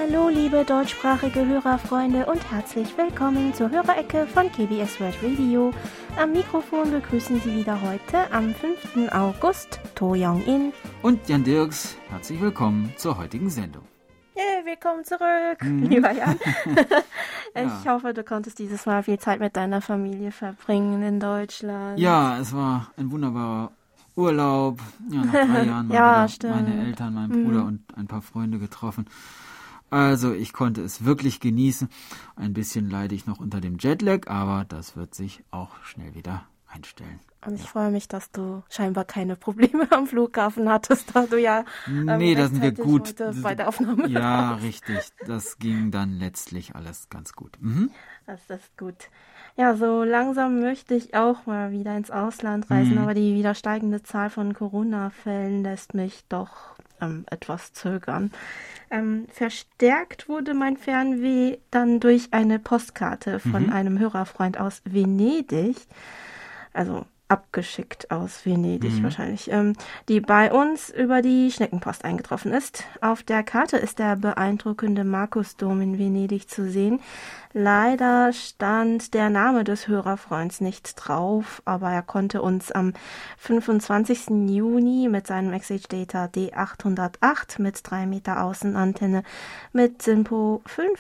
Hallo liebe deutschsprachige Hörerfreunde und herzlich willkommen zur Hörerecke von KBS World Radio. Am Mikrofon begrüßen Sie wieder heute am 5. August To Young-in und Jan Dirks. Herzlich willkommen zur heutigen Sendung. Yeah, willkommen zurück, lieber Jan. Ich hoffe, du konntest dieses Mal viel Zeit mit deiner Familie verbringen in Deutschland. Ja, es war ein wunderbarer Urlaub. Ja, nach 3 Jahren mal wieder meine Eltern, meinen Bruder und ein paar Freunde getroffen. Also ich konnte es wirklich genießen. Ein bisschen leide ich noch unter dem Jetlag, aber das wird sich auch schnell wieder einstellen. Und ich freue mich, dass du scheinbar keine Probleme am Flughafen hattest, da du ja nee, da sind wir gut bei der Aufnahme. Ja, richtig. Das ging dann letztlich alles ganz gut. Das ist gut. Ja, so langsam möchte ich auch mal wieder ins Ausland reisen, aber die wieder steigende Zahl von Corona-Fällen lässt mich doch etwas zögern. Verstärkt wurde mein Fernweh dann durch eine Postkarte von einem Hörerfreund aus Venedig, also abgeschickt aus Venedig wahrscheinlich, die bei uns über die Schneckenpost eingetroffen ist. Auf der Karte ist der beeindruckende Markusdom in Venedig zu sehen. Leider stand der Name des Hörerfreunds nicht drauf, aber er konnte uns am 25. Juni mit seinem Message Data D808 mit 3 Meter Außenantenne mit SINPO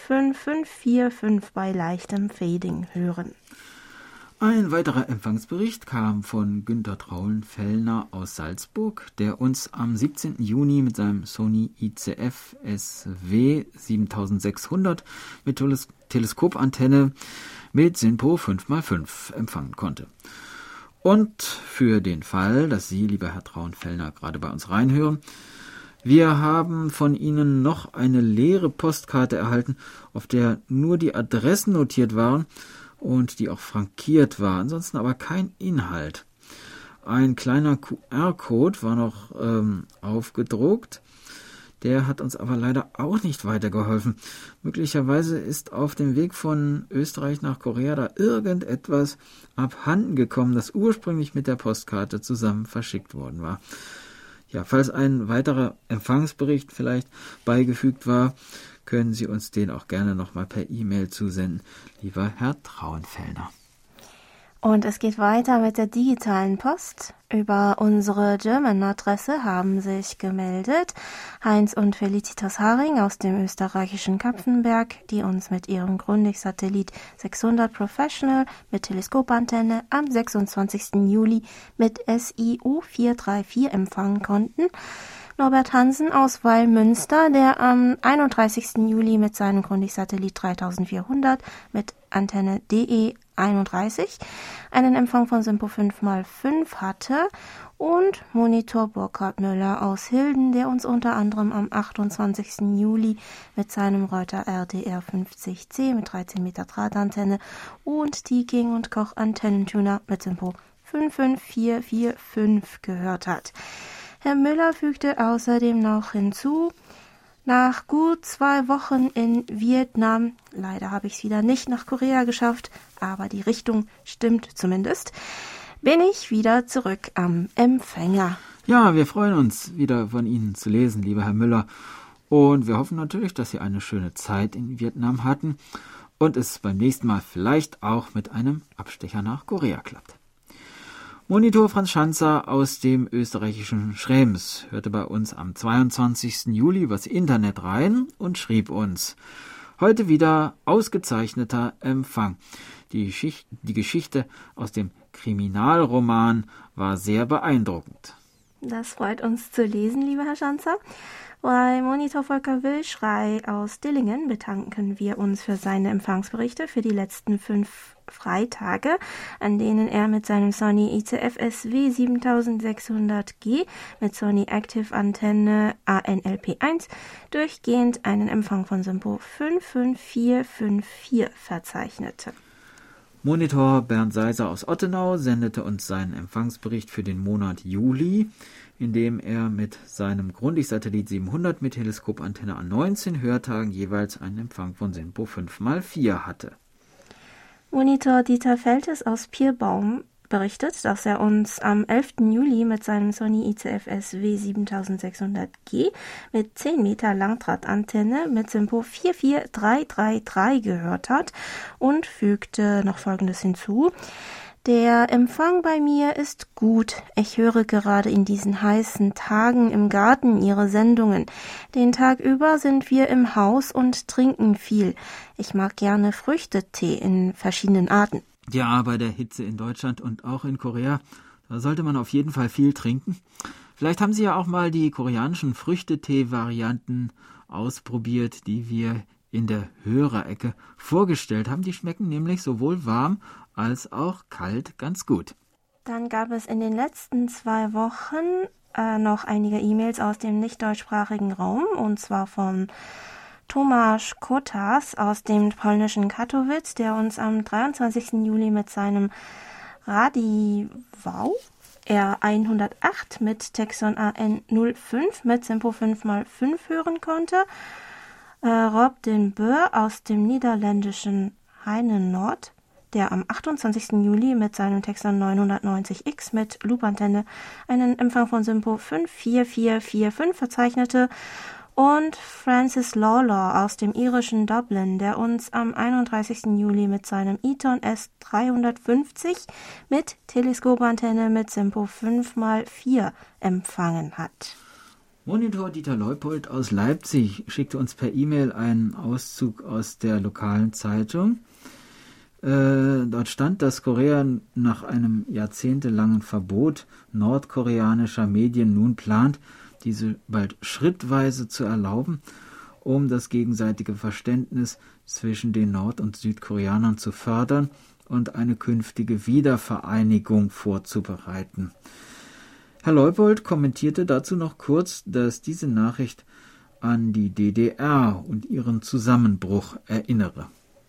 55545 bei leichtem Fading hören. Ein weiterer Empfangsbericht kam von Günter Traulen-Fellner aus Salzburg, der uns am 17. Juni mit seinem Sony ICF SW 7600 mit Teleskopantenne mit SINPO 5x5 empfangen konnte. Und für den Fall, dass Sie, lieber Herr Traulen-Fellner, gerade bei uns reinhören, wir haben von Ihnen noch eine leere Postkarte erhalten, auf der nur die Adressen notiert waren und die auch frankiert war, ansonsten aber kein Inhalt. Ein kleiner QR-Code war noch aufgedruckt, der hat uns aber leider auch nicht weitergeholfen. Möglicherweise ist auf dem Weg von Österreich nach Korea da irgendetwas abhanden gekommen, das ursprünglich mit der Postkarte zusammen verschickt worden war. Ja, falls ein weiterer Empfangsbericht vielleicht beigefügt war, können Sie uns den auch gerne nochmal per E-Mail zusenden, lieber Herr Traulen-Fellner. Und es geht weiter mit der digitalen Post. Über unsere German-Adresse haben sich gemeldet Heinz und Felicitas Haring aus dem österreichischen Kapfenberg, die uns mit ihrem Grundig-Satellit 600 Professional mit Teleskopantenne am 26. Juli mit SIU 434 empfangen konnten. Norbert Hansen aus Weilmünster, der am 31. Juli mit seinem Grundig-Satellit 3400 mit Antenne DE 31 einen Empfang von SINPO 5x5 hatte, und Monitor Burkhard Müller aus Hilden, der uns unter anderem am 28. Juli mit seinem Reuter RDR 50C mit 13 Meter Drahtantenne und Tiking und Koch Antennentuner mit SINPO 55445 gehört hat. Herr Müller fügte außerdem noch hinzu: Nach gut 2 Wochen in Vietnam, leider habe ich es wieder nicht nach Korea geschafft, aber die Richtung stimmt zumindest, bin ich wieder zurück am Empfänger. Ja, wir freuen uns, wieder von Ihnen zu lesen, lieber Herr Müller. Und wir hoffen natürlich, dass Sie eine schöne Zeit in Vietnam hatten und es beim nächsten Mal vielleicht auch mit einem Abstecher nach Korea klappt. Monitor Franz Schanzer aus dem österreichischen Schrems hörte bei uns am 22. Juli übers Internet rein und schrieb uns: Heute wieder ausgezeichneter Empfang. Die Geschichte aus dem Kriminalroman war sehr beeindruckend. Das freut uns zu lesen, lieber Herr Schanzer. Bei Monitor Volker Wilschrei aus Dillingen bedanken wir uns für seine Empfangsberichte für die letzten 5 Freitage, an denen er mit seinem Sony ICF SW 7600G mit Sony Active Antenne ANLP1 durchgehend einen Empfang von SINPO 55454 verzeichnete. Monitor Bernd Seiser aus Ottenau sendete uns seinen Empfangsbericht für den Monat Juli, in dem er mit seinem Grundig-Satellit 700 mit Teleskopantenne an 19 Hörtagen jeweils einen Empfang von SINPO 5x4 hatte. Monitor Dieter Feltes aus Pierbaum berichtet, dass er uns am 11. Juli mit seinem Sony ICF-SW 7600G mit 10 Meter Langdrahtantenne mit Simpo 44333 gehört hat und fügte noch Folgendes hinzu: Der Empfang bei mir ist gut. Ich höre gerade in diesen heißen Tagen im Garten Ihre Sendungen. Den Tag über sind wir im Haus und trinken viel. Ich mag gerne Früchtetee in verschiedenen Arten. Ja, bei der Hitze in Deutschland und auch in Korea, da sollte man auf jeden Fall viel trinken. Vielleicht haben Sie ja auch mal die koreanischen Früchtetee-Varianten ausprobiert, die wir in der Hörerecke vorgestellt haben. Die schmecken nämlich sowohl warm als auch kalt ganz gut. Dann gab es in den letzten 2 Wochen noch einige E-Mails aus dem nicht-deutschsprachigen Raum, und zwar von Tomasz Kotas aus dem polnischen Katowice, der uns am 23. Juli mit seinem Radivau R108 mit Texon AN05 mit Simpo 5x5 hören konnte. Rob den Boer aus dem niederländischen Heinenoord, der am 28. Juli mit seinem Texon 990X mit Loopantenne einen Empfang von Simpo 54445 verzeichnete, und Francis Lawlor aus dem irischen Dublin, der uns am 31. Juli mit seinem Eton S350 mit Teleskopantenne mit Simpo 5x4 empfangen hat. Monitor Dieter Leupold aus Leipzig schickte uns per E-Mail einen Auszug aus der lokalen Zeitung. Dort stand, dass Korea nach einem jahrzehntelangen Verbot nordkoreanischer Medien nun plant, diese bald schrittweise zu erlauben, um das gegenseitige Verständnis zwischen den Nord- und Südkoreanern zu fördern und eine künftige Wiedervereinigung vorzubereiten. Herr Leupold kommentierte dazu noch kurz, dass diese Nachricht an die DDR und ihren Zusammenbruch erinnere.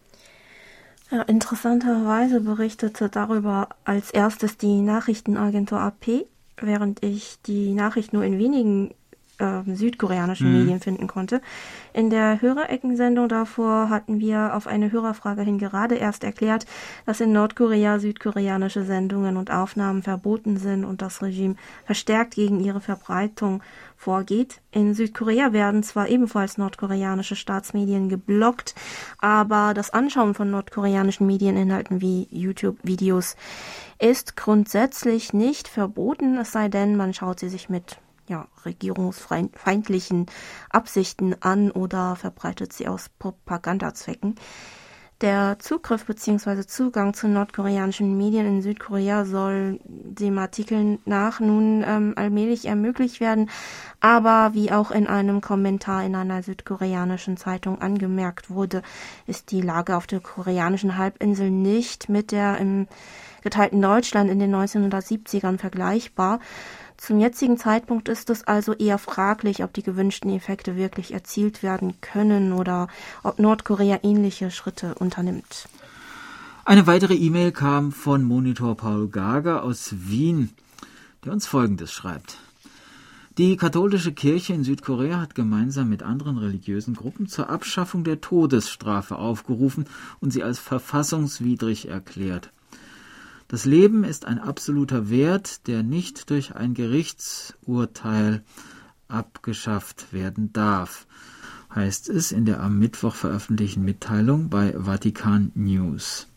Ja, interessanterweise berichtete darüber als erstes die Nachrichtenagentur AP, während ich die Nachricht nur in wenigen südkoreanischen Medien finden konnte. In der Hörereckensendung davor hatten wir auf eine Hörerfrage hin gerade erst erklärt, dass in Nordkorea südkoreanische Sendungen und Aufnahmen verboten sind und das Regime verstärkt gegen ihre Verbreitung vorgeht. In Südkorea werden zwar ebenfalls nordkoreanische Staatsmedien geblockt, aber das Anschauen von nordkoreanischen Medieninhalten wie YouTube-Videos ist grundsätzlich nicht verboten, es sei denn, man schaut sie sich mit regierungsfeindlichen Absichten an oder verbreitet sie aus Propagandazwecken. Der Zugriff bzw. Zugang zu nordkoreanischen Medien in Südkorea soll dem Artikel nach nun allmählich ermöglicht werden, aber wie auch in einem Kommentar in einer südkoreanischen Zeitung angemerkt wurde, ist die Lage auf der koreanischen Halbinsel nicht mit der im geteilten Deutschland in den 1970ern vergleichbar. Zum jetzigen Zeitpunkt ist es also eher fraglich, ob die gewünschten Effekte wirklich erzielt werden können oder ob Nordkorea ähnliche Schritte unternimmt. Eine weitere E-Mail kam von Monitor Paul Gager aus Wien, der uns Folgendes schreibt. Die katholische Kirche in Südkorea hat gemeinsam mit anderen religiösen Gruppen zur Abschaffung der Todesstrafe aufgerufen und sie als verfassungswidrig erklärt. Das Leben ist ein absoluter Wert, der nicht durch ein Gerichtsurteil abgeschafft werden darf, heißt es in der am Mittwoch veröffentlichten Mitteilung bei Vatikan News.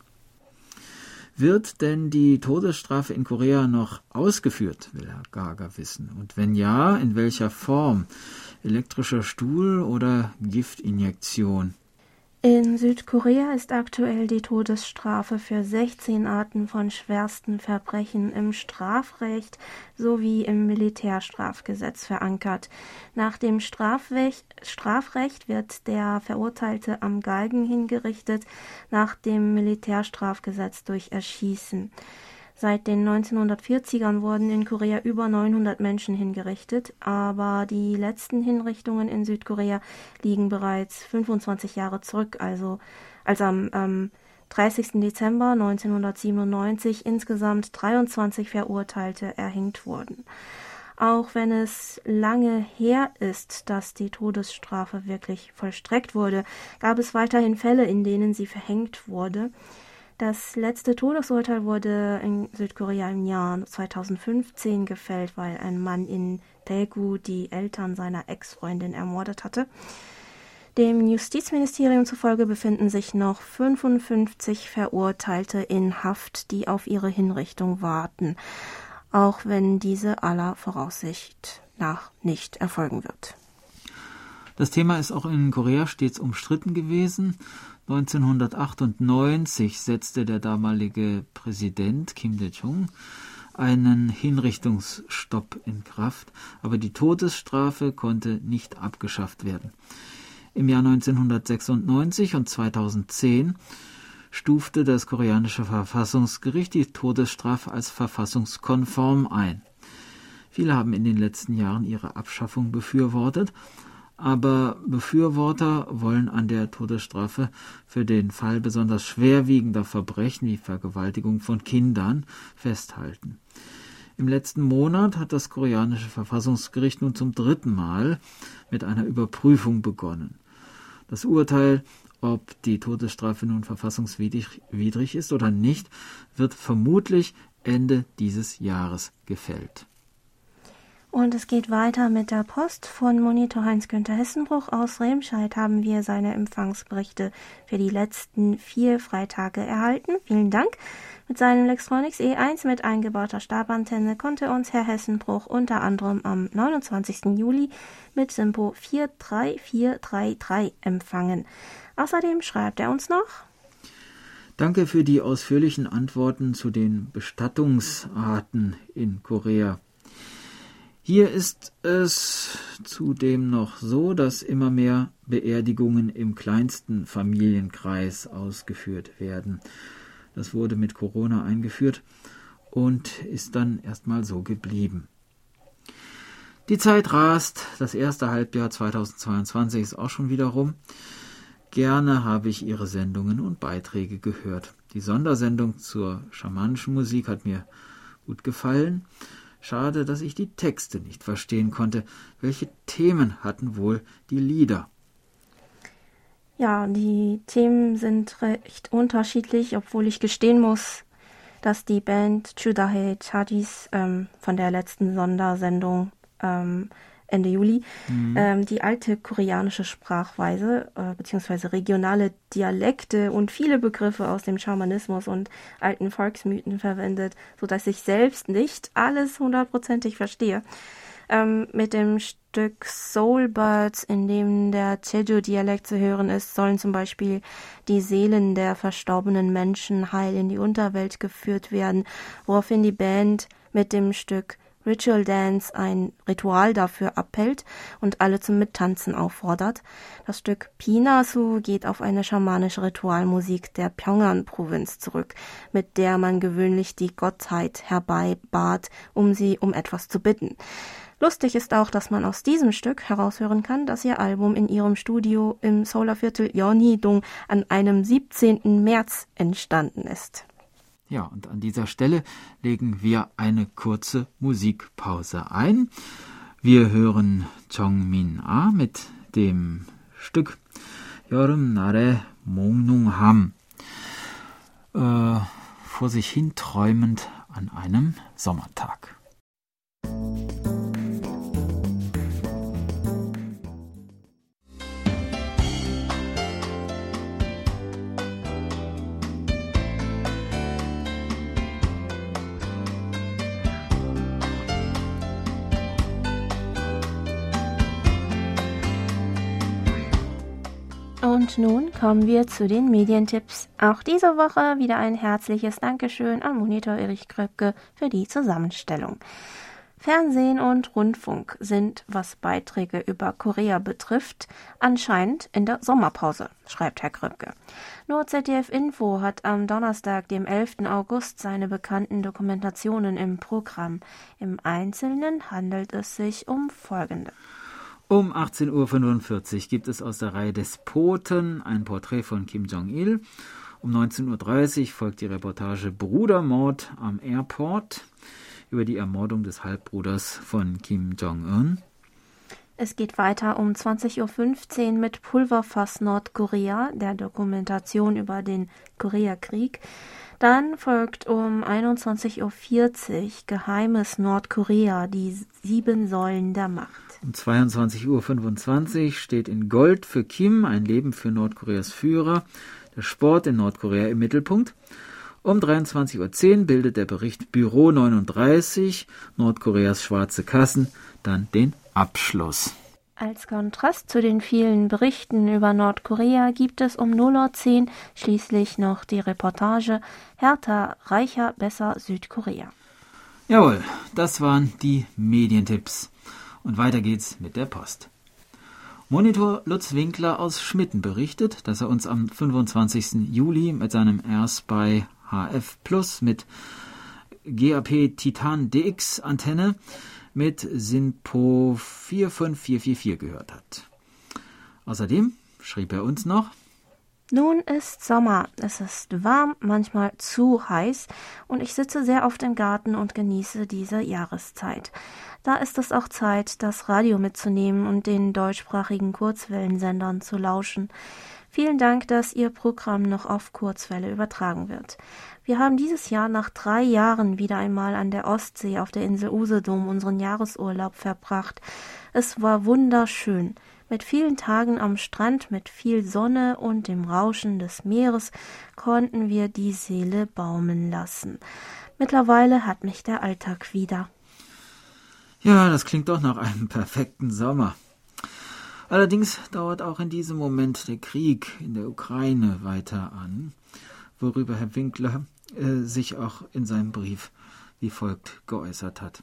Wird denn die Todesstrafe in Korea noch ausgeführt, will Herr Gager wissen. Und wenn ja, in welcher Form? Elektrischer Stuhl oder Giftinjektion? In Südkorea ist aktuell die Todesstrafe für 16 Arten von schwersten Verbrechen im Strafrecht sowie im Militärstrafgesetz verankert. Nach dem Strafrecht wird der Verurteilte am Galgen hingerichtet, nach dem Militärstrafgesetz durch Erschießen. Seit den 1940ern wurden in Korea über 900 Menschen hingerichtet, aber die letzten Hinrichtungen in Südkorea liegen bereits 25 Jahre zurück, also als am 30. Dezember 1997 insgesamt 23 Verurteilte erhängt wurden. Auch wenn es lange her ist, dass die Todesstrafe wirklich vollstreckt wurde, gab es weiterhin Fälle, in denen sie verhängt wurde. Das letzte Todesurteil wurde in Südkorea im Jahr 2015 gefällt, weil ein Mann in Daegu die Eltern seiner Ex-Freundin ermordet hatte. Dem Justizministerium zufolge befinden sich noch 55 Verurteilte in Haft, die auf ihre Hinrichtung warten, auch wenn diese aller Voraussicht nach nicht erfolgen wird. Das Thema ist auch in Korea stets umstritten gewesen. 1998 setzte der damalige Präsident Kim Dae-jung einen Hinrichtungsstopp in Kraft, aber die Todesstrafe konnte nicht abgeschafft werden. Im Jahr 1996 und 2010 stufte das koreanische Verfassungsgericht die Todesstrafe als verfassungskonform ein. Viele haben in den letzten Jahren ihre Abschaffung befürwortet, aber Befürworter wollen an der Todesstrafe für den Fall besonders schwerwiegender Verbrechen wie Vergewaltigung von Kindern festhalten. Im letzten Monat hat das koreanische Verfassungsgericht nun zum 3. Mal mit einer Überprüfung begonnen. Das Urteil, ob die Todesstrafe nun verfassungswidrig ist oder nicht, wird vermutlich Ende dieses Jahres gefällt. Und es geht weiter mit der Post. Von Monitor Heinz-Günther Hessenbruch aus Remscheid haben wir seine Empfangsberichte für die letzten 4 Freitage erhalten. Vielen Dank. Mit seinem Lextronics E1 mit eingebauter Stabantenne konnte uns Herr Hessenbruch unter anderem am 29. Juli mit Simpo 43433 empfangen. Außerdem schreibt er uns noch: Danke für die ausführlichen Antworten zu den Bestattungsarten in Korea. Hier ist es zudem noch so, dass immer mehr Beerdigungen im kleinsten Familienkreis ausgeführt werden. Das wurde mit Corona eingeführt und ist dann erstmal so geblieben. Die Zeit rast, das erste Halbjahr 2022 ist auch schon wieder rum. Gerne habe ich Ihre Sendungen und Beiträge gehört. Die Sondersendung zur schamanischen Musik hat mir gut gefallen. Schade, dass ich die Texte nicht verstehen konnte. Welche Themen hatten wohl die Lieder? Ja, die Themen sind recht unterschiedlich, obwohl ich gestehen muss, dass die Band Chudahe Chadis von der letzten Sondersendung Ende Juli die alte koreanische Sprachweise bzw. regionale Dialekte und viele Begriffe aus dem Schamanismus und alten Volksmythen verwendet, sodass ich selbst nicht alles 100%ig verstehe. Mit dem Stück Soul Birds, in dem der Jeju-Dialekt zu hören ist, sollen zum Beispiel die Seelen der verstorbenen Menschen heil in die Unterwelt geführt werden, woraufhin die Band mit dem Stück Ritual Dance ein Ritual dafür abhält und alle zum Mittanzen auffordert. Das Stück Pinasu geht auf eine schamanische Ritualmusik der Pyongan-Provinz zurück, mit der man gewöhnlich die Gottheit herbeibat, um sie um etwas zu bitten. Lustig ist auch, dass man aus diesem Stück heraushören kann, dass ihr Album in ihrem Studio im Solarviertel Yeonhee-dong an einem 17. März entstanden ist. Ja, und an dieser Stelle legen wir eine kurze Musikpause ein. Wir hören Jongmin-ah mit dem Stück 여름 날의 몽롱함, vor sich hin träumend an einem Sommertag. Und nun kommen wir zu den Medientipps. Auch diese Woche wieder ein herzliches Dankeschön an Monitor Erich Kröpke für die Zusammenstellung. Fernsehen und Rundfunk sind, was Beiträge über Korea betrifft, anscheinend in der Sommerpause, schreibt Herr Kröpke. Nur ZDF Info hat am Donnerstag, dem 11. August, seine bekannten Dokumentationen im Programm. Im Einzelnen handelt es sich um folgende. Um 18.45 Uhr gibt es aus der Reihe Despoten ein Porträt von Kim Jong-il. Um 19.30 Uhr folgt die Reportage Brudermord am Airport über die Ermordung des Halbbruders von Kim Jong-un. Es geht weiter um 20.15 Uhr mit Pulverfass Nordkorea, der Dokumentation über den Koreakrieg. Dann folgt um 21.40 Uhr Geheimes Nordkorea, die 7 Säulen der Macht. Um 22.25 Uhr steht in Gold für Kim, ein Leben für Nordkoreas Führer, der Sport in Nordkorea im Mittelpunkt. Um 23.10 Uhr bildet der Bericht Büro 39, Nordkoreas schwarze Kassen, dann den Abschluss. Als Kontrast zu den vielen Berichten über Nordkorea gibt es um 0.10 Uhr schließlich noch die Reportage Härter, reicher, besser Südkorea. Jawohl, das waren die Medientipps. Und weiter geht's mit der Post. Monitor Lutz Winkler aus Schmitten berichtet, dass er uns am 25. Juli mit seinem AirSpy HF Plus mit GAP Titan DX Antenne mit SINPO 45444 gehört hat. Außerdem schrieb er uns noch: Nun ist Sommer, es ist warm, manchmal zu heiß und ich sitze sehr oft im Garten und genieße diese Jahreszeit. Da ist es auch Zeit, das Radio mitzunehmen und den deutschsprachigen Kurzwellensendern zu lauschen. Vielen Dank, dass Ihr Programm noch auf Kurzwelle übertragen wird. Wir haben dieses Jahr nach 3 Jahren wieder einmal an der Ostsee auf der Insel Usedom unseren Jahresurlaub verbracht. Es war wunderschön. Mit vielen Tagen am Strand, mit viel Sonne und dem Rauschen des Meeres konnten wir die Seele baumeln lassen. Mittlerweile hat mich der Alltag wieder. Ja, das klingt doch nach einem perfekten Sommer. Allerdings dauert auch in diesem Moment der Krieg in der Ukraine weiter an, worüber Herr Winkler sich auch in seinem Brief wie folgt geäußert hat.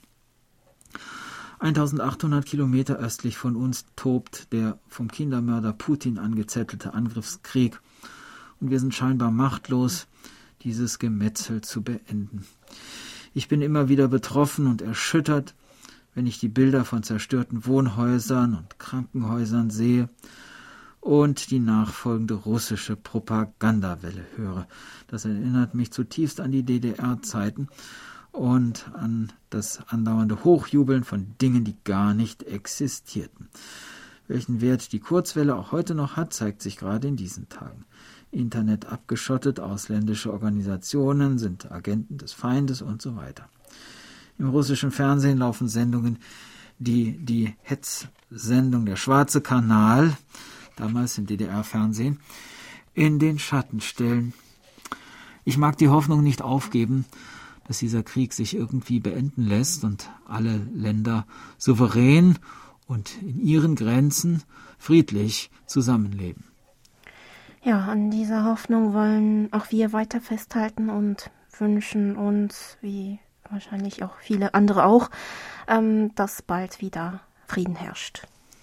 1800 Kilometer östlich von uns tobt der vom Kindermörder Putin angezettelte Angriffskrieg und wir sind scheinbar machtlos, dieses Gemetzel zu beenden. Ich bin immer wieder betroffen und erschüttert, wenn ich die Bilder von zerstörten Wohnhäusern und Krankenhäusern sehe und die nachfolgende russische Propagandawelle höre. Das erinnert mich zutiefst an die DDR-Zeiten und an das andauernde Hochjubeln von Dingen, die gar nicht existierten. Welchen Wert die Kurzwelle auch heute noch hat, zeigt sich gerade in diesen Tagen. Internet abgeschottet, ausländische Organisationen sind Agenten des Feindes und so weiter. Im russischen Fernsehen laufen Sendungen, die Hetzsendung Der Schwarze Kanal, damals im DDR-Fernsehen, in den Schatten stellen. Ich mag die Hoffnung nicht aufgeben, dass dieser Krieg sich irgendwie beenden lässt und alle Länder souverän und in ihren Grenzen friedlich zusammenleben. Ja, an dieser Hoffnung wollen auch wir weiter festhalten und wünschen uns, wie wahrscheinlich auch viele andere auch, dass bald wieder Frieden herrscht.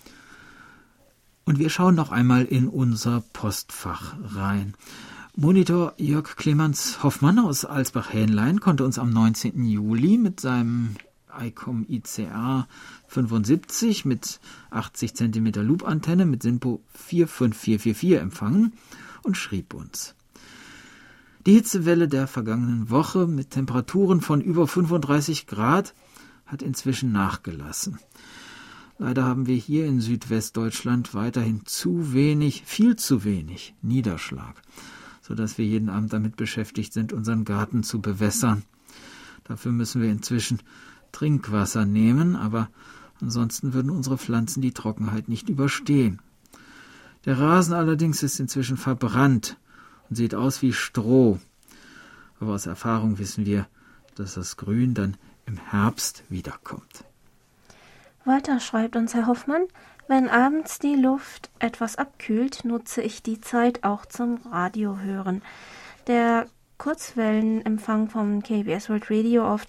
Und wir schauen noch einmal in unser Postfach rein. Monitor Jörg Clemens Hoffmann aus Alsbach-Hähnlein konnte uns am 19. Juli mit seinem ICOM ICA 75 mit 80 cm Loop-Antenne mit SINPO 45444 empfangen und schrieb uns: Die Hitzewelle der vergangenen Woche mit Temperaturen von über 35 Grad hat inzwischen nachgelassen. Leider haben wir hier in Südwestdeutschland weiterhin viel zu wenig Niederschlag, sodass wir jeden Abend damit beschäftigt sind, unseren Garten zu bewässern. Dafür müssen wir inzwischen Trinkwasser nehmen, aber ansonsten würden unsere Pflanzen die Trockenheit nicht überstehen. Der Rasen allerdings ist inzwischen verbrannt und sieht aus wie Stroh. Aber aus Erfahrung wissen wir, dass das Grün dann im Herbst wiederkommt. Weiter schreibt uns Herr Hoffmann: Wenn abends die Luft etwas abkühlt, nutze ich die Zeit auch zum Radio hören. Der Kurzwellenempfang vom KBS World Radio auf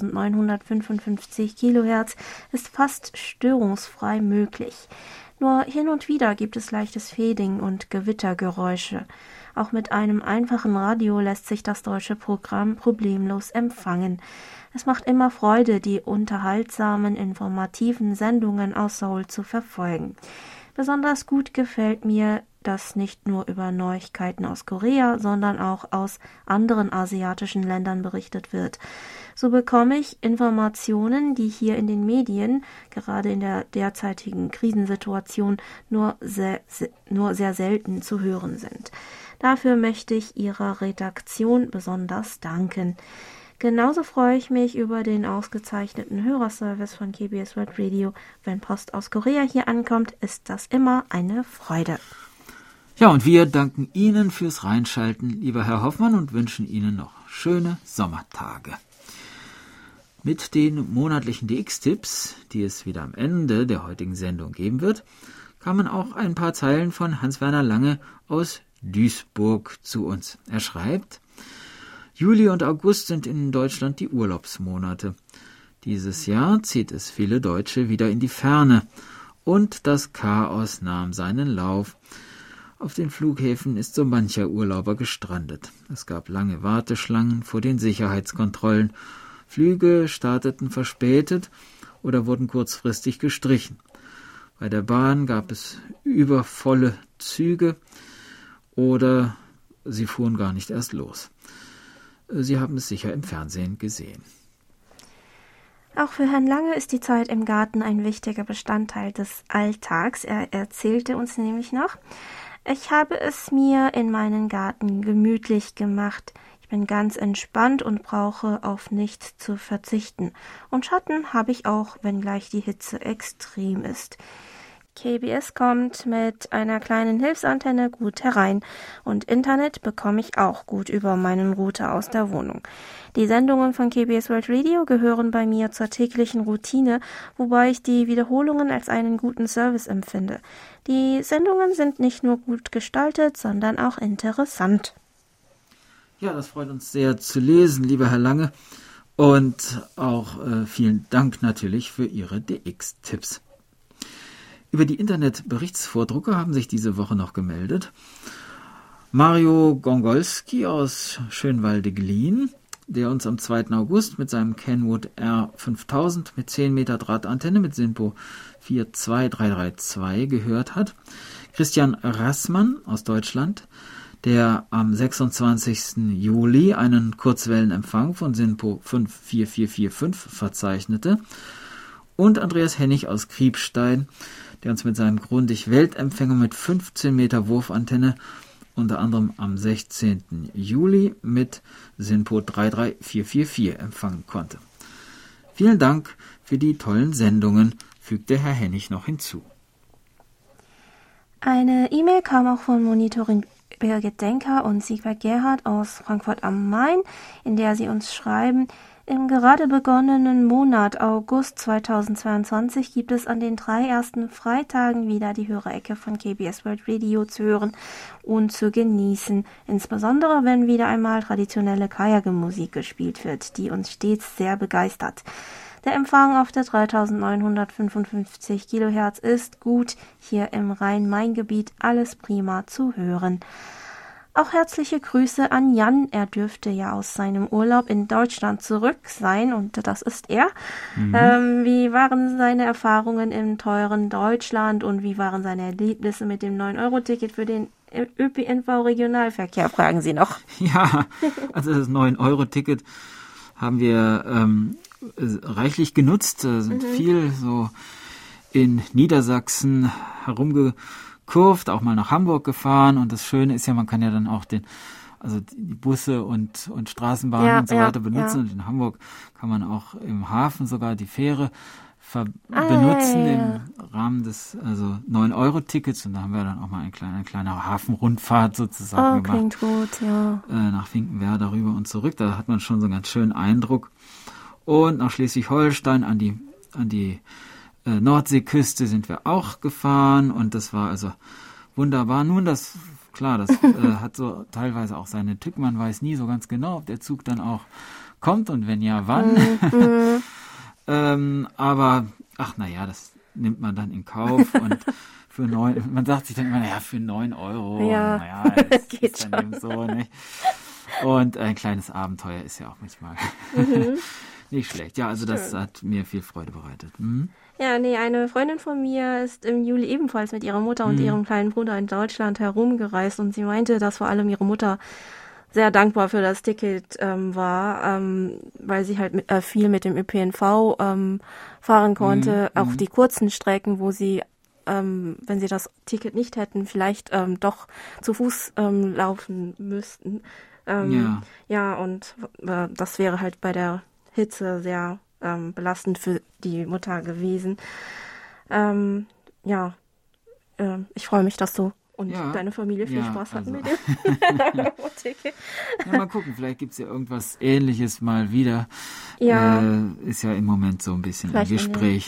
3955 Kilohertz ist fast störungsfrei möglich. Nur hin und wieder gibt es leichtes Fading und Gewittergeräusche. Auch mit einem einfachen Radio lässt sich das deutsche Programm problemlos empfangen. Es macht immer Freude, die unterhaltsamen, informativen Sendungen aus Seoul zu verfolgen. Besonders gut gefällt mir dass nicht nur über Neuigkeiten aus Korea, sondern auch aus anderen asiatischen Ländern berichtet wird. So bekomme ich Informationen, die hier in den Medien, gerade in der derzeitigen Krisensituation, nur sehr selten zu hören sind. Dafür möchte ich Ihrer Redaktion besonders danken. Genauso freue ich mich über den ausgezeichneten Hörerservice von KBS World Radio. Wenn Post aus Korea hier ankommt, ist das immer eine Freude. Ja, und wir danken Ihnen fürs Reinschalten, lieber Herr Hoffmann, und wünschen Ihnen noch schöne Sommertage. Mit den monatlichen DX-Tipps, die es wieder am Ende der heutigen Sendung geben wird, kamen auch ein paar Zeilen von Hans-Werner Lange aus Duisburg zu uns. Er schreibt: Juli und August sind in Deutschland die Urlaubsmonate. Dieses Jahr zieht es viele Deutsche wieder in die Ferne und das Chaos nahm seinen Lauf. Auf den Flughäfen ist so mancher Urlauber gestrandet. Es gab lange Warteschlangen vor den Sicherheitskontrollen. Flüge starteten verspätet oder wurden kurzfristig gestrichen. Bei der Bahn gab es übervolle Züge oder sie fuhren gar nicht erst los. Sie haben es sicher im Fernsehen gesehen. Auch für Herrn Lange ist die Zeit im Garten ein wichtiger Bestandteil des Alltags. Er erzählte uns nämlich noch: Ich habe es mir in meinen Garten gemütlich gemacht. Ich bin ganz entspannt und brauche auf nichts zu verzichten. Und Schatten habe ich auch, wenngleich die Hitze extrem ist. KBS kommt mit einer kleinen Hilfsantenne gut herein und Internet bekomme ich auch gut über meinen Router aus der Wohnung. Die Sendungen von KBS World Radio gehören bei mir zur täglichen Routine, wobei ich die Wiederholungen als einen guten Service empfinde. Die Sendungen sind nicht nur gut gestaltet, sondern auch interessant. Ja, das freut uns sehr zu lesen, lieber Herr Lange. Und auch vielen Dank natürlich für Ihre DX-Tipps. Über die Internetberichtsvordrucke haben sich diese Woche noch gemeldet Mario Gongolski aus Schönwalde-Glien, der uns am 2. August mit seinem Kenwood R5000 mit 10 Meter Drahtantenne mit SINPO 42332 gehört hat. Christian Rassmann aus Deutschland, der am 26. Juli einen Kurzwellenempfang von SINPO 54445 verzeichnete. Und Andreas Hennig aus Kriebstein, der uns mit seinem Grundig-Weltempfänger mit 15 Meter Wurfantenne unter anderem am 16. Juli mit SINPO 33444 empfangen konnte. Vielen Dank für die tollen Sendungen, fügte Herr Hennig noch hinzu. Eine E-Mail kam auch von Monitoring Birgit Denker und Siegbert Gerhard aus Frankfurt am Main, in der sie uns schreiben: Im gerade begonnenen Monat August 2022 gibt es an den 3 ersten Freitagen wieder die Hörerecke von KBS World Radio zu hören und zu genießen, insbesondere wenn wieder einmal traditionelle Kayage-Musik gespielt wird, die uns stets sehr begeistert. Der Empfang auf der 3955 Kilohertz ist gut, hier im Rhein-Main-Gebiet alles prima zu hören. Auch herzliche Grüße an Jan. Er dürfte ja aus seinem Urlaub in Deutschland zurück sein und das ist er. Wie waren seine Erfahrungen im teuren Deutschland und wie waren seine Erlebnisse mit dem 9-Euro-Ticket für den ÖPNV-Regionalverkehr, fragen Sie noch. Ja, also das 9-Euro-Ticket haben wir reichlich genutzt, sind viel so in Niedersachsen herumgekurvt, auch mal nach Hamburg gefahren, und das Schöne ist ja, man kann ja dann auch die Busse und Straßenbahnen und so weiter benutzen, und in Hamburg kann man auch im Hafen sogar die Fähre benutzen im Rahmen des 9-Euro-Tickets, und da haben wir dann auch mal eine kleine Hafenrundfahrt sozusagen gemacht. Klingt gut, ja. Nach Finkenwerder rüber und zurück, da hat man schon so einen ganz schönen Eindruck. Und nach Schleswig-Holstein an die Nordseeküste sind wir auch gefahren, und das war also wunderbar. Nun, das hat so teilweise auch seine Tücken, man weiß nie so ganz genau, ob der Zug dann auch kommt und wenn ja, wann. Aber, das nimmt man dann in Kauf, und man sagt sich dann immer, für 9 Euro, das geht ist dann eben so, nicht? Und ein kleines Abenteuer ist ja auch manchmal Nicht schlecht. Ja, also das hat mir viel Freude bereitet. Mhm. Ja, nee, eine Freundin von mir ist im Juli ebenfalls mit ihrer Mutter und ihrem kleinen Bruder in Deutschland herumgereist und sie meinte, dass vor allem ihre Mutter sehr dankbar für das Ticket war, weil sie halt viel mit dem ÖPNV fahren konnte, auch die kurzen Strecken, wo sie, wenn sie das Ticket nicht hätten, vielleicht doch zu Fuß laufen müssten. Ja, und das wäre halt bei der Hitze sehr belastend für die Mutter gewesen. Ich freue mich, dass du und deine Familie viel Spaß hatten mit dem Ticket. Ja, mal gucken, vielleicht gibt es ja irgendwas Ähnliches mal wieder. Ist ja im Moment so ein bisschen vielleicht im Gespräch.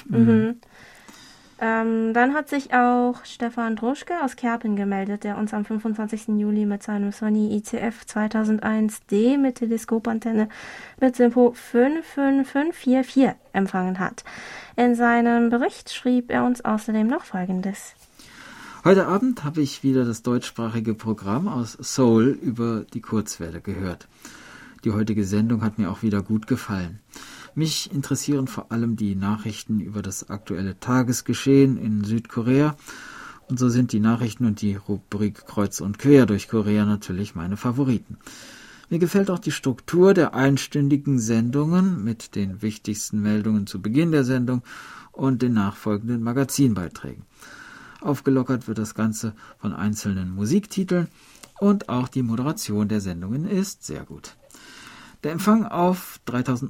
Dann hat sich auch Stefan Druschke aus Kerpen gemeldet, der uns am 25. Juli mit seinem Sony ICF 2001D mit Teleskopantenne mit Simpo 55544 empfangen hat. In seinem Bericht schrieb er uns außerdem noch Folgendes. Heute Abend habe ich wieder das deutschsprachige Programm aus Seoul über die Kurzwelle gehört. Die heutige Sendung hat mir auch wieder gut gefallen. Mich interessieren vor allem die Nachrichten über das aktuelle Tagesgeschehen in Südkorea. Und so sind die Nachrichten und die Rubrik Kreuz und Quer durch Korea natürlich meine Favoriten. Mir gefällt auch die Struktur der einstündigen Sendungen mit den wichtigsten Meldungen zu Beginn der Sendung und den nachfolgenden Magazinbeiträgen. Aufgelockert wird das Ganze von einzelnen Musiktiteln und auch die Moderation der Sendungen ist sehr gut. Der Empfang auf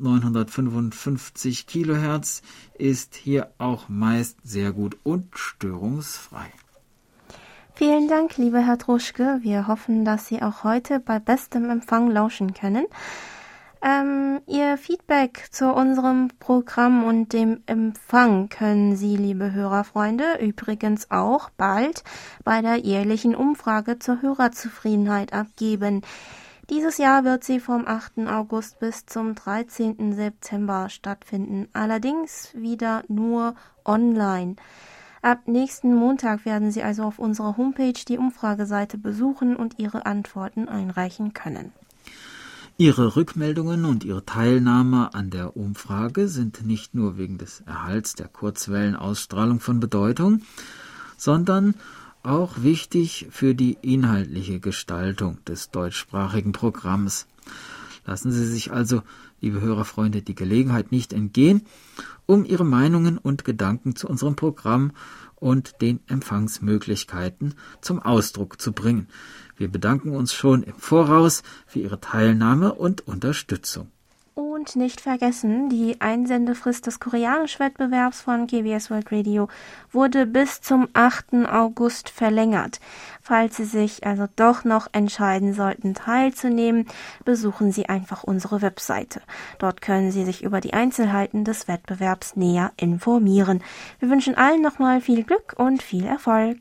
3955 Kilohertz ist hier auch meist sehr gut und störungsfrei. Vielen Dank, lieber Herr Druschke. Wir hoffen, dass Sie auch heute bei bestem Empfang lauschen können. Ihr Feedback zu unserem Programm und dem Empfang können Sie, liebe Hörerfreunde, übrigens auch bald bei der jährlichen Umfrage zur Hörerzufriedenheit abgeben. Dieses Jahr wird sie vom 8. August bis zum 13. September stattfinden, allerdings wieder nur online. Ab nächsten Montag werden Sie also auf unserer Homepage die Umfrageseite besuchen und Ihre Antworten einreichen können. Ihre Rückmeldungen und Ihre Teilnahme an der Umfrage sind nicht nur wegen des Erhalts der Kurzwellenausstrahlung von Bedeutung, sondern auch wichtig für die inhaltliche Gestaltung des deutschsprachigen Programms. Lassen Sie sich also, liebe Hörerfreunde, die Gelegenheit nicht entgehen, um Ihre Meinungen und Gedanken zu unserem Programm und den Empfangsmöglichkeiten zum Ausdruck zu bringen. Wir bedanken uns schon im Voraus für Ihre Teilnahme und Unterstützung. Und nicht vergessen, die Einsendefrist des Koreanisch-Wettbewerbs von KBS World Radio wurde bis zum 8. August verlängert. Falls Sie sich also doch noch entscheiden sollten, teilzunehmen, besuchen Sie einfach unsere Webseite. Dort können Sie sich über die Einzelheiten des Wettbewerbs näher informieren. Wir wünschen allen nochmal viel Glück und viel Erfolg.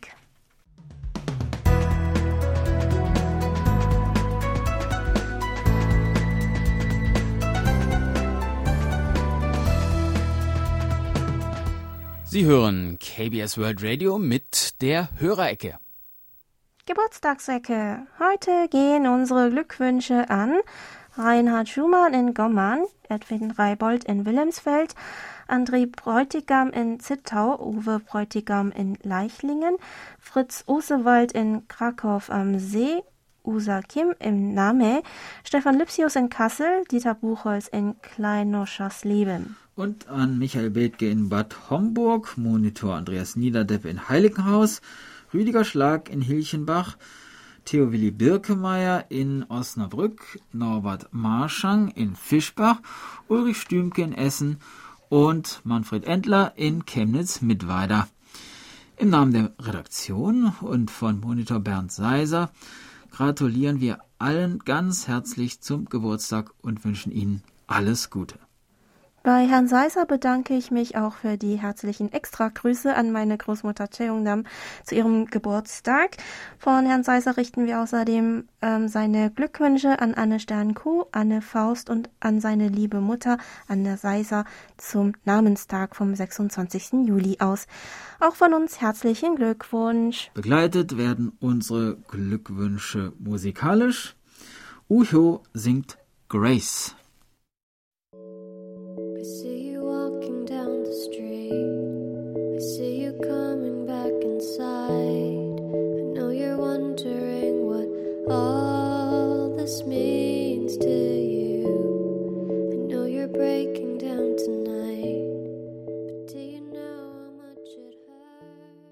Sie hören KBS World Radio mit der Hörerecke. Geburtstagsecke. Heute gehen unsere Glückwünsche an Reinhard Schumann in Gommern, Edwin Reibold in Wilhelmsfeld, André Bräutigam in Zittau, Uwe Bräutigam in Leichlingen, Fritz Osewald in Krakow am See, Usa Kim in Name, Stefan Lipsius in Kassel, Dieter Buchholz in Klein-Oschersleben. Und an Michael Bethke in Bad Homburg, Monitor Andreas Niederdepp in Heiligenhaus, Rüdiger Schlag in Hilchenbach, Theo Willi Birkemeyer in Osnabrück, Norbert Marschang in Fischbach, Ulrich Stümke in Essen und Manfred Endler in Chemnitz-Mittweida. Im Namen der Redaktion und von Monitor Bernd Seiser gratulieren wir allen ganz herzlich zum Geburtstag und wünschen Ihnen alles Gute. Bei Herrn Seiser bedanke ich mich auch für die herzlichen Extragrüße an meine Großmutter Cheongdam zu ihrem Geburtstag. Von Herrn Seiser richten wir außerdem seine Glückwünsche an Anne Sternkuh, Anne Faust und an seine liebe Mutter Anne Seiser zum Namenstag vom 26. Juli aus. Auch von uns herzlichen Glückwunsch. Begleitet werden unsere Glückwünsche musikalisch. Uho singt Grace. see you walking down the street. I see you coming back inside. I know you're wondering what all this means to you. I know you're breaking down tonight, but do you know how much it hurts?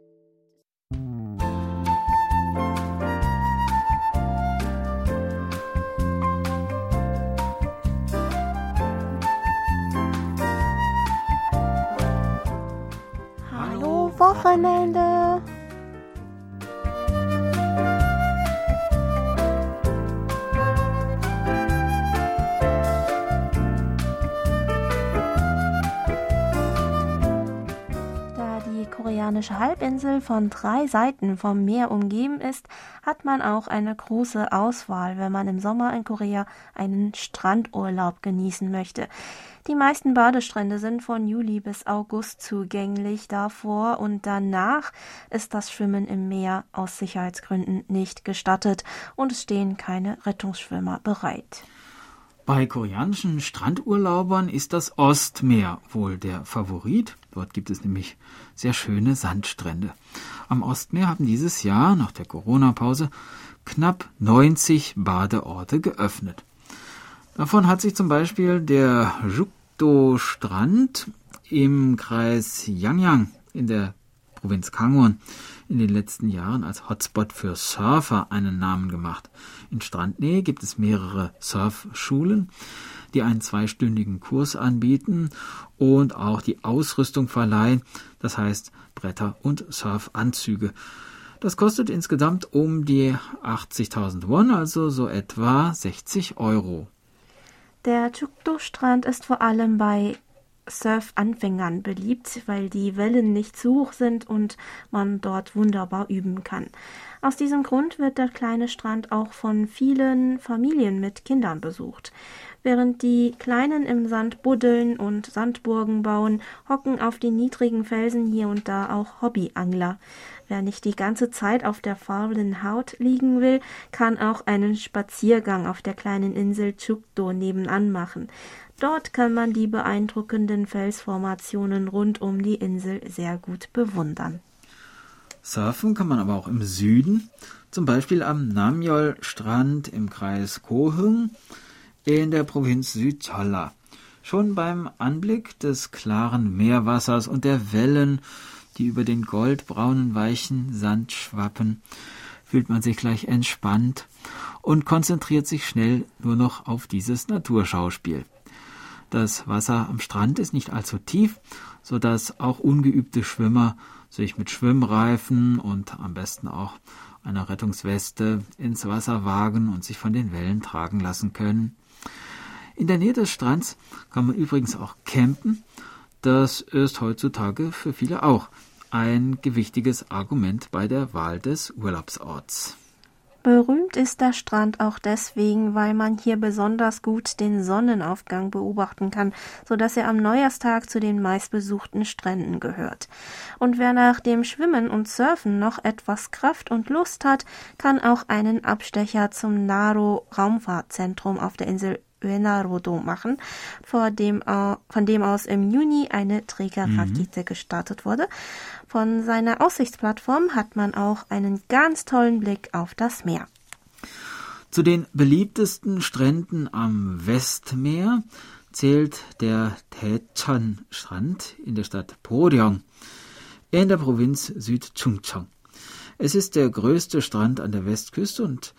Hallo Wochenende! Da die koreanische Halbinsel von 3 Seiten vom Meer umgeben ist, hat man auch eine große Auswahl, wenn man im Sommer in Korea einen Strandurlaub genießen möchte. Die meisten Badestrände sind von Juli bis August zugänglich. Davor und danach ist das Schwimmen im Meer aus Sicherheitsgründen nicht gestattet und es stehen keine Rettungsschwimmer bereit. Bei koreanischen Strandurlaubern ist das Ostmeer wohl der Favorit. Dort gibt es nämlich sehr schöne Sandstrände. Am Ostmeer haben dieses Jahr, nach der Corona-Pause, knapp 90 Badeorte geöffnet. Davon hat sich zum Beispiel der Jukdo-Strand im Kreis Yangyang in der Provinz Gangwon in den letzten Jahren als Hotspot für Surfer einen Namen gemacht. In Strandnähe gibt es mehrere Surfschulen, die einen 2-stündigen Kurs anbieten und auch die Ausrüstung verleihen, das heißt Bretter und Surfanzüge. Das kostet insgesamt um die 80.000 Won, also so etwa 60 Euro. Der Jukdo-Strand ist vor allem bei Surfanfängern beliebt, weil die Wellen nicht zu hoch sind und man dort wunderbar üben kann. Aus diesem Grund wird der kleine Strand auch von vielen Familien mit Kindern besucht. Während die Kleinen im Sand buddeln und Sandburgen bauen, hocken auf den niedrigen Felsen hier und da auch Hobbyangler. Wer nicht die ganze Zeit auf der faulen Haut liegen will, kann auch einen Spaziergang auf der kleinen Insel Jukdo nebenan machen. Dort kann man die beeindruckenden Felsformationen rund um die Insel sehr gut bewundern. Surfen kann man aber auch im Süden, zum Beispiel am Namyeol-Strand im Kreis Kohung in der Provinz Südcholla. Schon beim Anblick des klaren Meerwassers und der Wellen, die über den goldbraunen weichen Sand schwappen, fühlt man sich gleich entspannt und konzentriert sich schnell nur noch auf dieses Naturschauspiel. Das Wasser am Strand ist nicht allzu tief, sodass auch ungeübte Schwimmer sich mit Schwimmreifen und am besten auch einer Rettungsweste ins Wasser wagen und sich von den Wellen tragen lassen können. In der Nähe des Strands kann man übrigens auch campen. Das ist heutzutage für viele auch ein gewichtiges Argument bei der Wahl des Urlaubsorts. Berühmt ist der Strand auch deswegen, weil man hier besonders gut den Sonnenaufgang beobachten kann, sodass er am Neujahrstag zu den meistbesuchten Stränden gehört. Und wer nach dem Schwimmen und Surfen noch etwas Kraft und Lust hat, kann auch einen Abstecher zum Naro-Raumfahrtzentrum auf der Insel Uenaro-do machen, von dem aus im Juni eine Trägerrakete gestartet wurde. Von seiner Aussichtsplattform hat man auch einen ganz tollen Blick auf das Meer. Zu den beliebtesten Stränden am Westmeer zählt der Daecheon-Strand in der Stadt Poryong in der Provinz Südchungcheong. Es ist der größte Strand an der Westküste und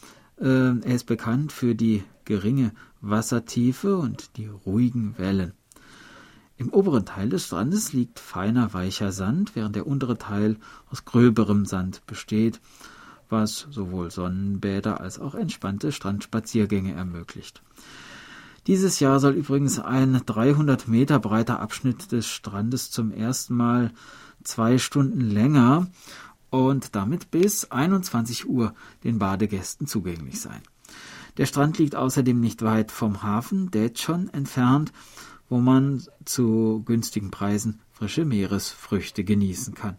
er ist bekannt für die geringe Wassertiefe und die ruhigen Wellen. Im oberen Teil des Strandes liegt feiner, weicher Sand, während der untere Teil aus gröberem Sand besteht, was sowohl Sonnenbäder als auch entspannte Strandspaziergänge ermöglicht. Dieses Jahr soll übrigens ein 300 Meter breiter Abschnitt des Strandes zum ersten Mal 2 Stunden länger und damit bis 21 Uhr den Badegästen zugänglich sein. Der Strand liegt außerdem nicht weit vom Hafen Daecheon entfernt, wo man zu günstigen Preisen frische Meeresfrüchte genießen kann.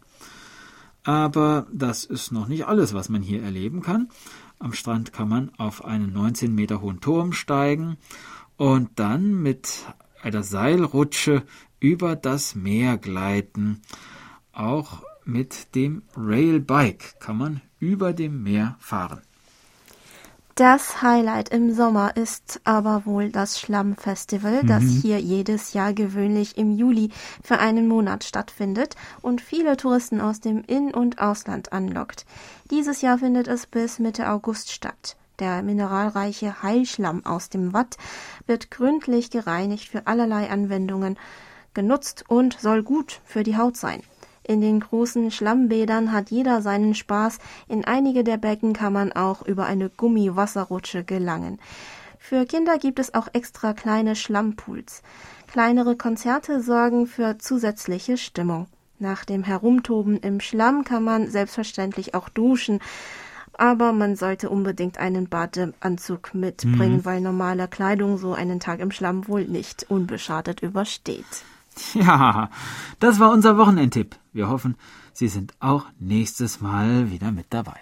Aber das ist noch nicht alles, was man hier erleben kann. Am Strand kann man auf einen 19 Meter hohen Turm steigen und dann mit einer Seilrutsche über das Meer gleiten. Auch mit dem Railbike kann man über dem Meer fahren. Das Highlight im Sommer ist aber wohl das Schlammfestival, das hier jedes Jahr gewöhnlich im Juli für einen Monat stattfindet und viele Touristen aus dem In- und Ausland anlockt. Dieses Jahr findet es bis Mitte August statt. Der mineralreiche Heilschlamm aus dem Watt wird gründlich gereinigt für allerlei Anwendungen genutzt und soll gut für die Haut sein. In den großen Schlammbädern hat jeder seinen Spaß. In einige der Becken kann man auch über eine Gummiwasserrutsche gelangen. Für Kinder gibt es auch extra kleine Schlammpools. Kleinere Konzerte sorgen für zusätzliche Stimmung. Nach dem Herumtoben im Schlamm kann man selbstverständlich auch duschen. Aber man sollte unbedingt einen Badeanzug mitbringen, weil normale Kleidung so einen Tag im Schlamm wohl nicht unbeschadet übersteht. Ja, das war unser Wochenendtipp. Wir hoffen, Sie sind auch nächstes Mal wieder mit dabei.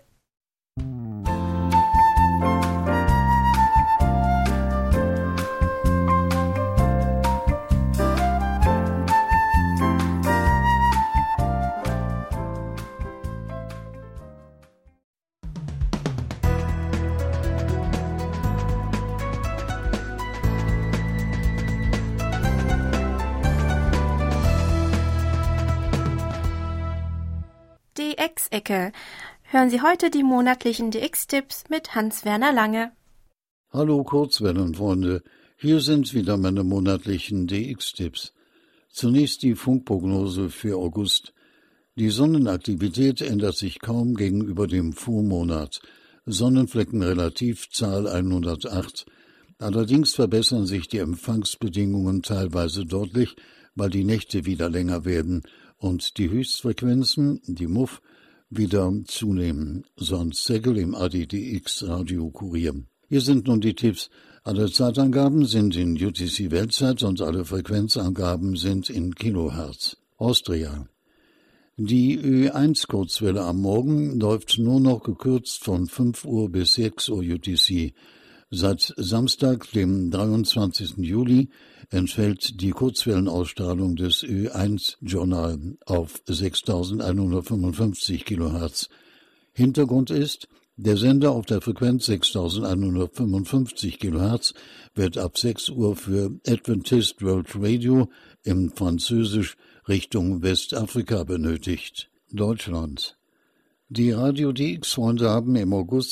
DX-Ecke. Hören Sie heute die monatlichen DX-Tipps mit Hans-Werner Lange. Hallo Kurzwellenfreunde, hier sind wieder meine monatlichen DX-Tipps. Zunächst die Funkprognose für August. Die Sonnenaktivität ändert sich kaum gegenüber dem Vormonat. Sonnenfleckenrelativzahl 108. Allerdings verbessern sich die Empfangsbedingungen teilweise deutlich, weil die Nächte wieder länger werden und die Höchstfrequenzen, die MUF, wieder zunehmen, sonst Segel im ADDX Radio Kurier. Hier sind nun die Tipps. Alle Zeitangaben sind in UTC-Weltzeit und alle Frequenzangaben sind in Kilohertz. Austria. Die Ö1-Kurzwelle am Morgen läuft nur noch gekürzt von 5 Uhr bis 6 Uhr UTC. Seit Samstag, dem 23. Juli, entfällt die Kurzwellenausstrahlung des Ö1-Journal auf 6.155 kHz. Hintergrund ist, der Sender auf der Frequenz 6.155 kHz wird ab 6 Uhr für Adventist World Radio im Französisch Richtung Westafrika benötigt. Deutschland. Die Radio DX-Freunde haben im August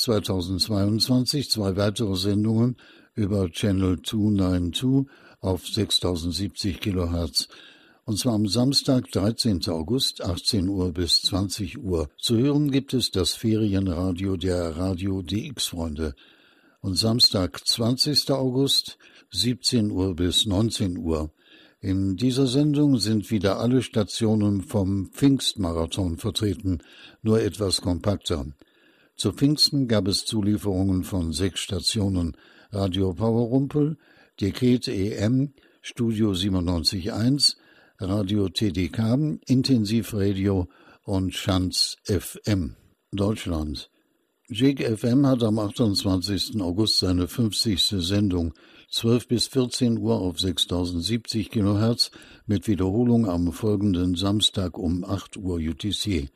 2022 2 weitere Sendungen über Channel 292 auf 6070 kHz, und zwar am Samstag, 13. August, 18 Uhr bis 20 Uhr. Zu hören gibt es das Ferienradio der Radio DX-Freunde. Und Samstag, 20. August, 17 Uhr bis 19 Uhr. In dieser Sendung sind wieder alle Stationen vom Pfingstmarathon vertreten, nur etwas kompakter. Zu Pfingsten gab es Zulieferungen von 6 Stationen: Radio Powerrumpel, Dekret EM, Studio 97.1, Radio TDK, Intensivradio und Schanz FM. Deutschland. JIG FM hat am 28. August seine 50. Sendung, 12 bis 14 Uhr auf 6070 kHz, mit Wiederholung am folgenden Samstag um 8 Uhr UTC.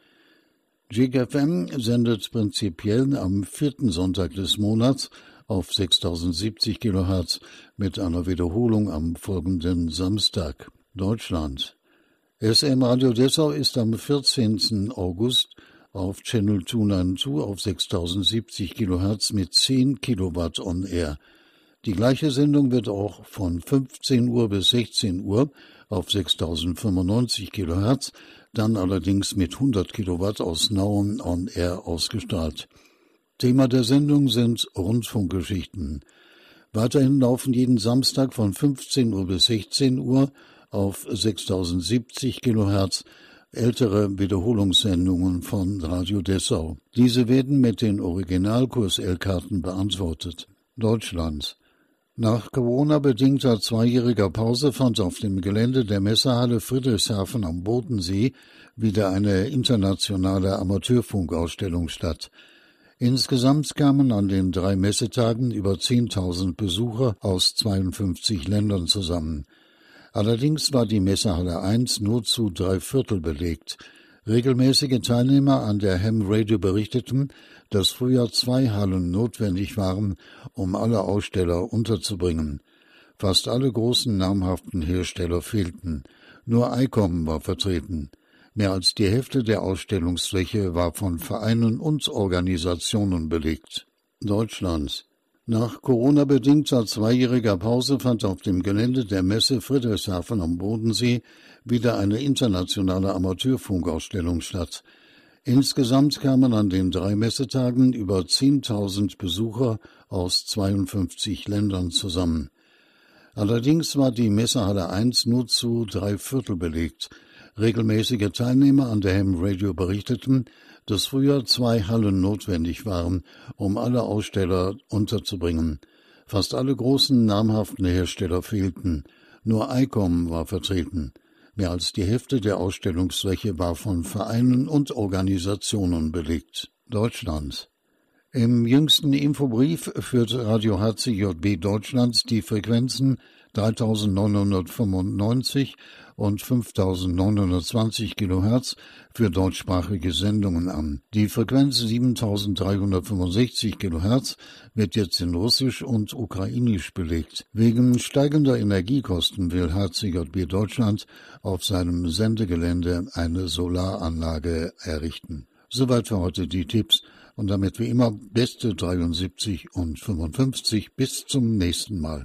JIG FM sendet prinzipiell am 4. Sonntag des Monats auf 6070 kHz mit einer Wiederholung am folgenden Samstag. Deutschland. SM Radio Dessau ist am 14. August auf Channel 292 auf 6070 kHz mit 10 Kilowatt on Air. Die gleiche Sendung wird auch von 15 Uhr bis 16 Uhr auf 6095 kHz, dann allerdings mit 100 Kilowatt aus Nauen on Air ausgestrahlt. Thema der Sendung sind Rundfunkgeschichten. Weiterhin laufen jeden Samstag von 15 Uhr bis 16 Uhr auf 6070 kHz ältere Wiederholungssendungen von Radio Dessau. Diese werden mit den Original-QSL-Karten beantwortet. Deutschland. Nach Corona-bedingter 2-jähriger Pause fand auf dem Gelände der Messehalle Friedrichshafen am Bodensee wieder eine internationale Amateurfunkausstellung statt. Insgesamt kamen an den 3 Messetagen über 10.000 Besucher aus 52 Ländern zusammen. Allerdings war die Messehalle 1 nur zu 3/4 belegt. Regelmäßige Teilnehmer an der Ham Radio berichteten, dass früher 2 Hallen notwendig waren, um alle Aussteller unterzubringen. Fast alle großen namhaften Hersteller fehlten. Nur ICOM war vertreten. Mehr als die Hälfte der Ausstellungsfläche war von Vereinen und Organisationen belegt. Deutschland. Nach Corona-bedingter 2-jähriger Pause fand auf dem Gelände der Messe Friedrichshafen am Bodensee wieder eine internationale Amateurfunkausstellung statt. Insgesamt kamen an den 3 Messetagen über 10.000 Besucher aus 52 Ländern zusammen. Allerdings war die Messehalle 1 nur zu 3/4 belegt. Regelmäßige Teilnehmer an der Ham Radio berichteten, dass früher 2 Hallen notwendig waren, um alle Aussteller unterzubringen. Fast alle großen namhaften Hersteller fehlten. Nur ICOM war vertreten. Mehr als die Hälfte der Ausstellungsfläche war von Vereinen und Organisationen belegt. Deutschland. Im jüngsten Infobrief führt Radio HCJB Deutschland die Frequenzen 3.995 und 5.920 kHz für deutschsprachige Sendungen an. Die Frequenz 7.365 kHz wird jetzt in Russisch und Ukrainisch belegt. Wegen steigender Energiekosten will HCJB Deutschland auf seinem Sendegelände eine Solaranlage errichten. Soweit für heute die Tipps und damit wie immer beste 73 und 55. Bis zum nächsten Mal.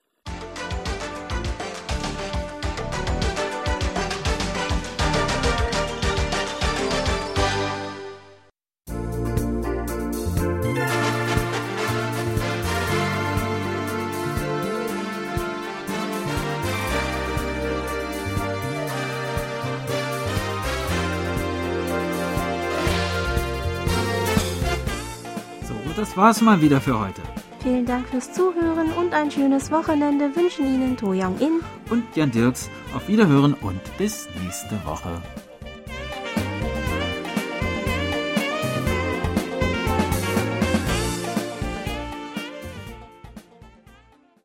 Das war's mal wieder für heute. Vielen Dank fürs Zuhören und ein schönes Wochenende wünschen Ihnen To Young In und Jan Dirks. Auf Wiederhören und bis nächste Woche.